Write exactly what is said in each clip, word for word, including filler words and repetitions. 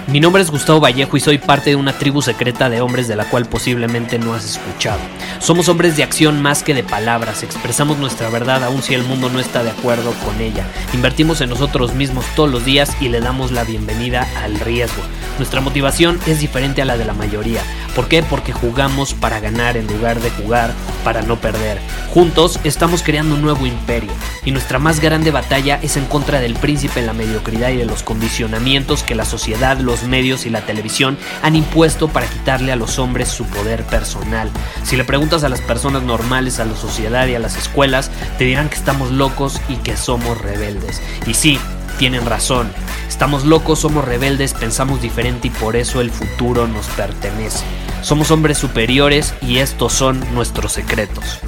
Mi nombre es Gustavo Vallejo y soy parte de una tribu secreta de hombres de la cual posiblemente no has escuchado. Somos hombres de acción más que de palabras, expresamos nuestra verdad aun si el mundo no está de acuerdo con ella. Invertimos en nosotros mismos todos los días y le damos la bienvenida al riesgo. Nuestra motivación es diferente a la de la mayoría. ¿Por qué? Porque jugamos para ganar en lugar de jugar para no perder. Juntos estamos creando un nuevo imperio y nuestra más grande batalla es en contra del príncipe, la mediocridad y de los condicionamientos que la sociedad, los medios y la televisión han impuesto para quitarle a los hombres su poder personal. Si le preguntas a las personas normales, a la sociedad y a las escuelas, te dirán que estamos locos y que somos rebeldes. Y sí, tienen razón. Estamos locos, somos rebeldes, pensamos diferente y por eso el futuro nos pertenece. Somos hombres superiores y estos son nuestros secretos.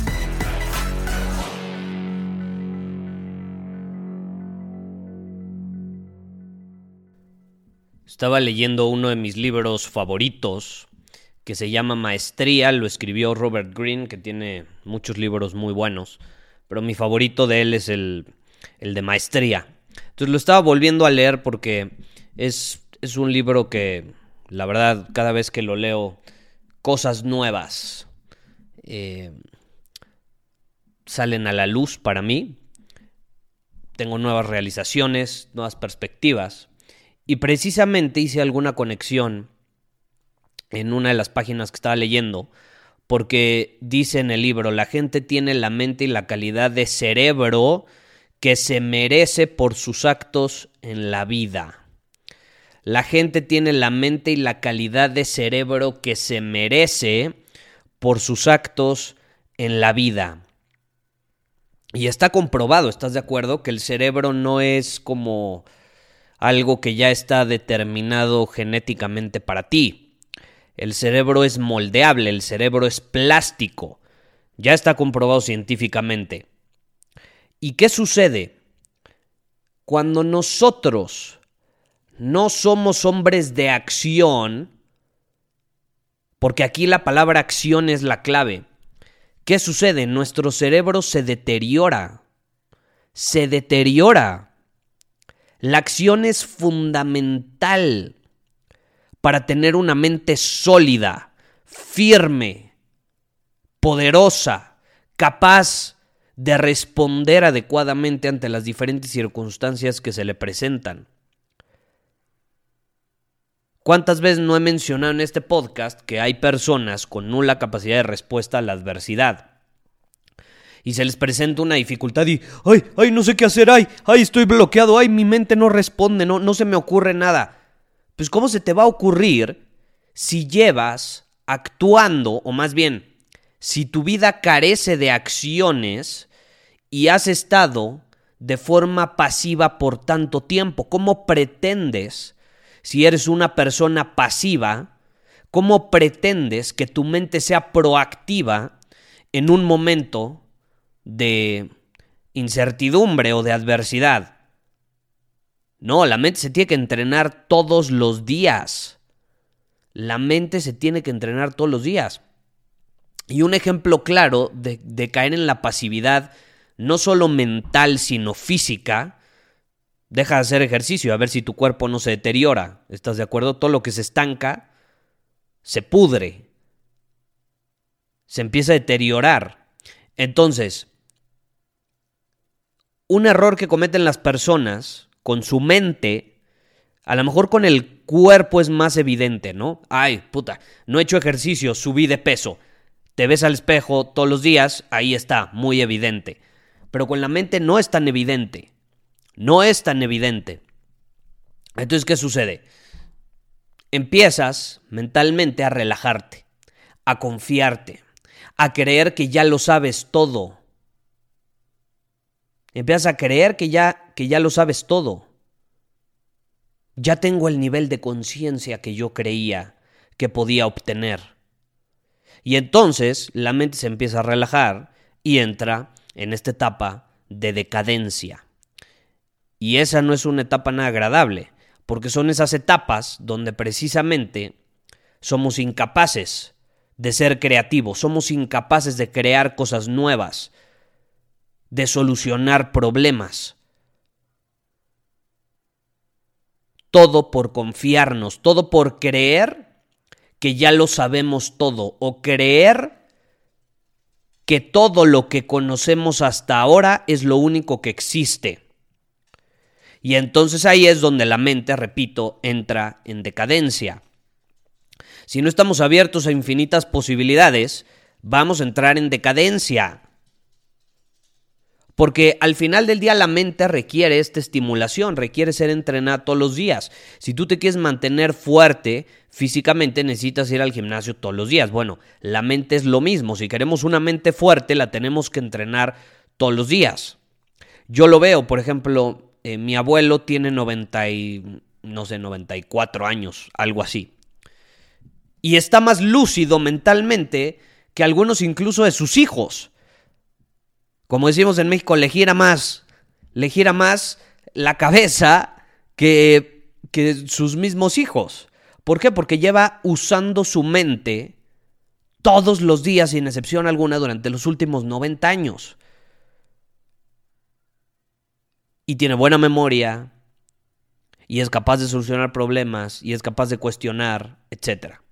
Estaba leyendo uno de mis libros favoritos que se llama Maestría, lo escribió Robert Greene, que tiene muchos libros muy buenos, pero mi favorito de él es el, el de Maestría. Entonces lo estaba volviendo a leer porque es, es un libro que, la verdad, cada vez que lo leo, cosas nuevas eh, salen a la luz para mí. Tengo nuevas realizaciones, nuevas perspectivas. Y precisamente hice alguna conexión en una de las páginas que estaba leyendo, porque dice en el libro, la gente tiene la mente y la calidad de cerebro que se merece por sus actos en la vida. La gente tiene la mente y la calidad de cerebro que se merece por sus actos en la vida. Y está comprobado, ¿estás de acuerdo? Que el cerebro no es como algo que ya está determinado genéticamente para ti. El cerebro es moldeable, el cerebro es plástico. Ya está comprobado científicamente. ¿Y qué sucede? Cuando nosotros no somos hombres de acción, porque aquí la palabra acción es la clave, ¿qué sucede? Nuestro cerebro se deteriora. Se deteriora. La acción es fundamental para tener una mente sólida, firme, poderosa, capaz de responder adecuadamente ante las diferentes circunstancias que se le presentan. ¿Cuántas veces no he mencionado en este podcast que hay personas con nula capacidad de respuesta a la adversidad? Y se les presenta una dificultad y ¡ay, ay, no sé qué hacer! ¡Ay, ay, estoy bloqueado! ¡Ay, mi mente no responde! No, no se me ocurre nada! Pues ¿cómo se te va a ocurrir si llevas actuando, o más bien, si tu vida carece de acciones y has estado de forma pasiva por tanto tiempo? ¿Cómo pretendes, si eres una persona pasiva, cómo pretendes que tu mente sea proactiva en un momento de incertidumbre o de adversidad? No, la mente se tiene que entrenar todos los días. La mente se tiene que entrenar todos los días. Y un ejemplo claro de, de caer en la pasividad, no solo mental, sino física, deja de hacer ejercicio, a ver si tu cuerpo no se deteriora. ¿Estás de acuerdo? Todo lo que se estanca, se pudre, se empieza a deteriorar. Entonces, un error que cometen las personas con su mente, a lo mejor con el cuerpo es más evidente, ¿no? Ay, puta, no he hecho ejercicio, subí de peso. Te ves al espejo todos los días, ahí está, muy evidente. Pero con la mente no es tan evidente. No es tan evidente. Entonces, ¿qué sucede? Empiezas mentalmente a relajarte, a confiarte, a creer que ya lo sabes todo. Empiezas a creer que ya, que ya lo sabes todo. Ya tengo el nivel de conciencia que yo creía que podía obtener. Y entonces la mente se empieza a relajar y entra en esta etapa de decadencia. Y esa no es una etapa nada agradable, porque son esas etapas donde precisamente somos incapaces de ser creativos, somos incapaces de crear cosas nuevas, de solucionar problemas. todo por confiarnos, todo por creer que ya lo sabemos todo o creer que todo lo que conocemos hasta ahora es lo único que existe. Y entonces ahí es donde la mente, repito, entra en decadencia. Si no estamos abiertos a infinitas posibilidades, vamos a entrar en decadencia. Porque al final del día la mente requiere esta estimulación, requiere ser entrenada todos los días. Si tú te quieres mantener fuerte físicamente, necesitas ir al gimnasio todos los días. Bueno, la mente es lo mismo. Si queremos una mente fuerte, la tenemos que entrenar todos los días. Yo lo veo, por ejemplo, eh, mi abuelo tiene noventa y, no sé, noventa y cuatro años, algo así. Y está más lúcido mentalmente que algunos incluso de sus hijos. Como decimos en México, le gira más, le gira más la cabeza que, que sus mismos hijos. ¿Por qué? Porque lleva usando su mente todos los días, sin excepción alguna, durante los últimos noventa años. Y tiene buena memoria, y es capaz de solucionar problemas, y es capaz de cuestionar, etcétera.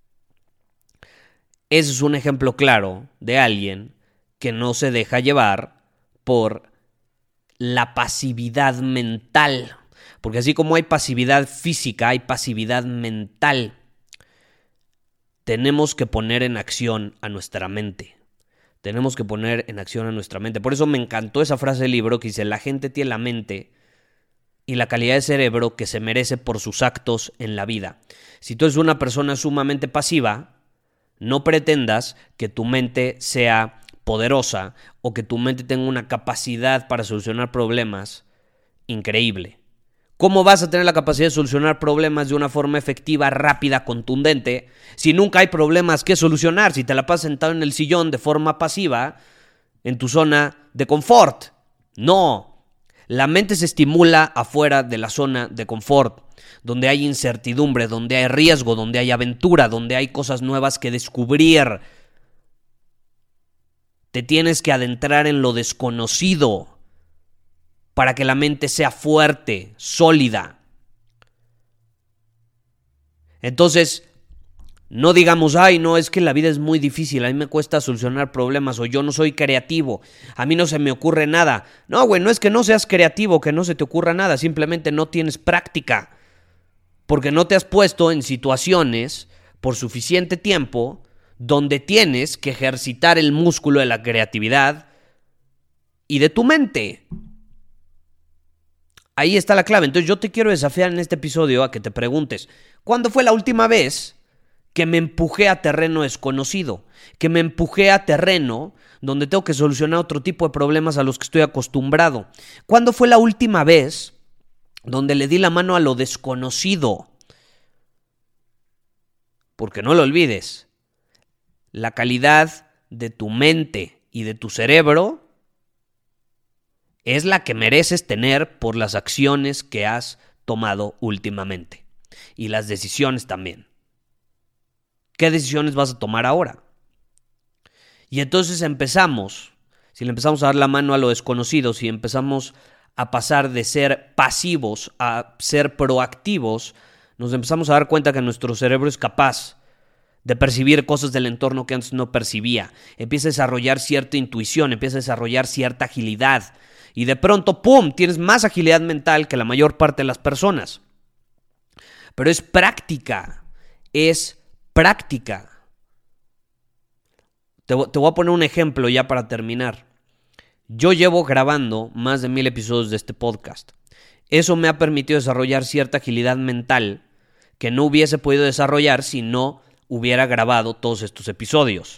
Ese es un ejemplo claro de alguien que no se deja llevar por la pasividad mental. Porque así como hay pasividad física, hay pasividad mental. Tenemos que poner en acción a nuestra mente. Tenemos que poner en acción a nuestra mente. Por eso me encantó esa frase del libro que dice: la gente tiene la mente y la calidad de cerebro que se merece por sus actos en la vida. Si tú eres una persona sumamente pasiva, no pretendas que tu mente sea poderosa o que tu mente tenga una capacidad para solucionar problemas increíble. ¿Cómo vas a tener la capacidad de solucionar problemas de una forma efectiva, rápida, contundente, si nunca hay problemas que solucionar? Si te la pasas sentado en el sillón de forma pasiva, en tu zona de confort. No. La mente se estimula afuera de la zona de confort, donde hay incertidumbre, donde hay riesgo, donde hay aventura, donde hay cosas nuevas que descubrir. Te tienes que adentrar en lo desconocido para que la mente sea fuerte, sólida. Entonces, no digamos: ay, no, es que la vida es muy difícil, a mí me cuesta solucionar problemas, o yo no soy creativo, a mí no se me ocurre nada. No, güey, no es que no seas creativo, que no se te ocurra nada, simplemente no tienes práctica, porque no te has puesto en situaciones por suficiente tiempo donde tienes que ejercitar el músculo de la creatividad y de tu mente. Ahí está la clave. Entonces yo te quiero desafiar en este episodio a que te preguntes: ¿cuándo fue la última vez que me empujé a terreno desconocido? Que me empujé a terreno donde tengo que solucionar otro tipo de problemas a los que estoy acostumbrado. ¿Cuándo fue la última vez donde le di la mano a lo desconocido? Porque no lo olvides, la calidad de tu mente y de tu cerebro es la que mereces tener por las acciones que has tomado últimamente. Y las decisiones también. ¿Qué decisiones vas a tomar ahora? Y entonces empezamos, si le empezamos a dar la mano a lo desconocido, si empezamos a pasar de ser pasivos a ser proactivos, nos empezamos a dar cuenta que nuestro cerebro es capaz de percibir cosas del entorno que antes no percibía. Empieza a desarrollar cierta intuición, empieza a desarrollar cierta agilidad. Y de pronto, ¡pum!, tienes más agilidad mental que la mayor parte de las personas. Pero es práctica, es práctica. Te, te voy a poner un ejemplo ya para terminar. Yo llevo grabando más de mil episodios de este podcast. Eso me ha permitido desarrollar cierta agilidad mental que no hubiese podido desarrollar si no hubiera grabado todos estos episodios.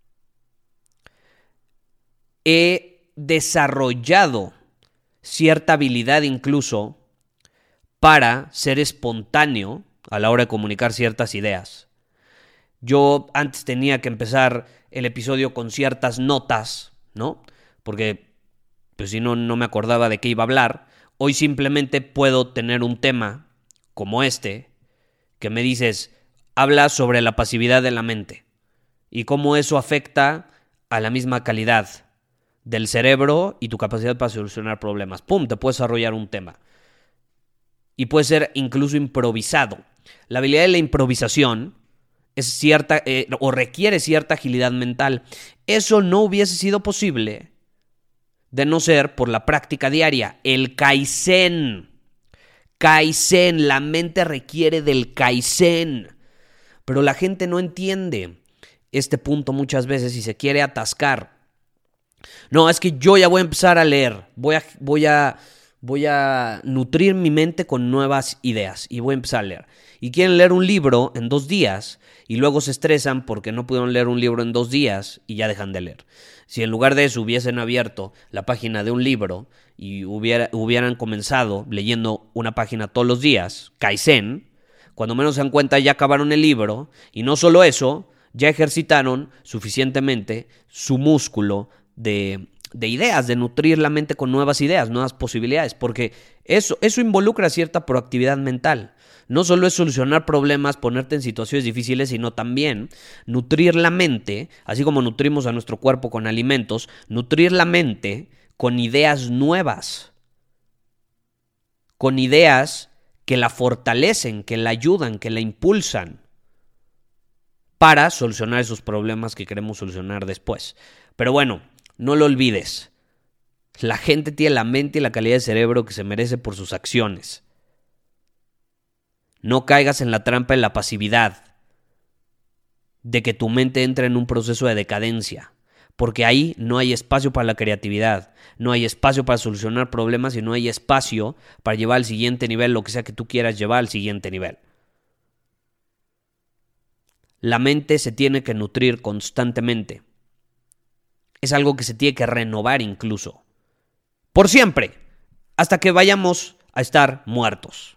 He desarrollado cierta habilidad incluso para ser espontáneo a la hora de comunicar ciertas ideas. Yo antes tenía que empezar el episodio con ciertas notas, ¿no? Porque pues si no, no me acordaba de qué iba a hablar. Hoy simplemente puedo tener un tema como este que me dices: habla sobre la pasividad de la mente y cómo eso afecta a la misma calidad del cerebro y tu capacidad para solucionar problemas. ¡Pum!, te puedes desarrollar un tema. y puede ser incluso improvisado. La habilidad de la improvisación es cierta eh, o requiere cierta agilidad mental. Eso no hubiese sido posible de no ser por la práctica diaria. El Kaizen. Kaizen. La mente requiere del Kaizen. Pero la gente no entiende este punto muchas veces y se quiere atascar. No, es que yo ya voy a empezar a leer. Voy a, voy a, voy a nutrir mi mente con nuevas ideas y voy a empezar a leer. Y quieren leer un libro en dos días y luego se estresan porque no pudieron leer un libro en dos días y ya dejan de leer. Si en lugar de eso hubiesen abierto la página de un libro y hubiera, hubieran comenzado leyendo una página todos los días, Kaizen, cuando menos se dan cuenta ya acabaron el libro y no solo eso, ya ejercitaron suficientemente su músculo de, de ideas, de nutrir la mente con nuevas ideas, nuevas posibilidades, porque eso, eso involucra cierta proactividad mental. No solo es solucionar problemas, ponerte en situaciones difíciles, sino también nutrir la mente, así como nutrimos a nuestro cuerpo con alimentos, nutrir la mente con ideas nuevas, con ideas que la fortalecen, que la ayudan, que la impulsan para solucionar esos problemas que queremos solucionar después. Pero bueno, no lo olvides. La gente tiene la mente y la calidad de cerebro que se merece por sus acciones. No caigas en la trampa de la pasividad, de que tu mente entre en un proceso de decadencia, porque ahí no hay espacio para la creatividad, no hay espacio para solucionar problemas y no hay espacio para llevar al siguiente nivel lo que sea que tú quieras llevar al siguiente nivel. La mente se tiene que nutrir constantemente. Es algo que se tiene que renovar incluso. Por siempre, hasta que vayamos a estar muertos.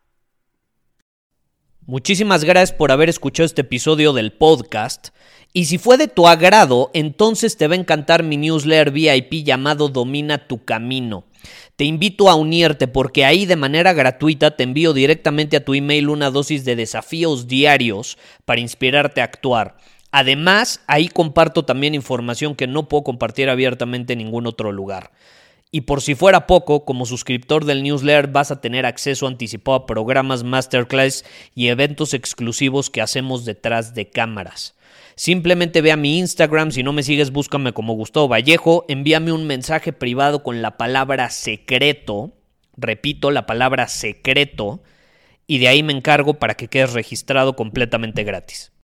Muchísimas gracias por haber escuchado este episodio del podcast. Y si fue de tu agrado, entonces te va a encantar mi newsletter V I P llamado Domina tu Camino. Te invito a unirte porque ahí de manera gratuita te envío directamente a tu email una dosis de desafíos diarios para inspirarte a actuar. Además, ahí comparto también información que no puedo compartir abiertamente en ningún otro lugar. Y por si fuera poco, como suscriptor del newsletter vas a tener acceso anticipado a programas, masterclass y eventos exclusivos que hacemos detrás de cámaras. Simplemente ve a mi Instagram, si no me sigues búscame como Gustavo Vallejo, envíame un mensaje privado con la palabra secreto, repito, la palabra secreto, y de ahí me encargo para que quedes registrado completamente gratis.